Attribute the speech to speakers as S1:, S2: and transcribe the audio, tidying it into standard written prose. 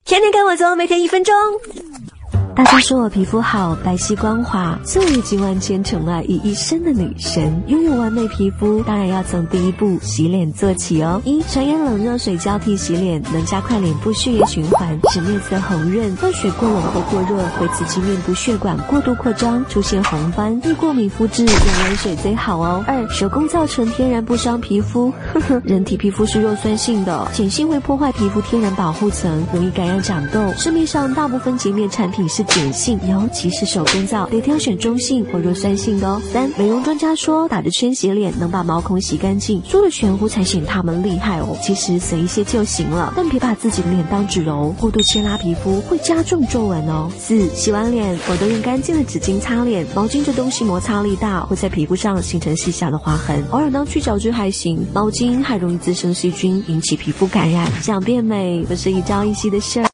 S1: 天天跟我走，每天1分钟。大家说我皮肤好，白皙光滑，所以集万千宠爱于一身的女神。拥有完美皮肤，当然要从第一步洗脸做起哦。常沿冷热水交替洗脸，能加快脸部血液循环，使面色红润。热水过冷或过热会刺激面部血管过度扩张，出现红斑。易过敏肤质用温水最好哦。2. 手工造成天然不伤皮肤。人体皮肤是弱酸性的，碱性会破坏皮肤天然保护层，容易感染长痘。市面上大部分洁面产品是碱性，尤其是手工皂，得挑选中性或弱酸性的哦。3. 美容专家说打着圈洗脸能把毛孔洗干净，说的玄乎才显他们厉害哦。其实随一些就行了，但别把自己的脸当纸揉，过度牵拉皮肤会加重皱纹哦。4. 洗完脸我都用干净的纸巾擦脸，毛巾这东西摩擦力大，会在皮肤上形成细小的划痕，偶尔当去角质还行，毛巾还容易滋生细菌，引起皮肤感染。想变美不是一朝一夕的事儿。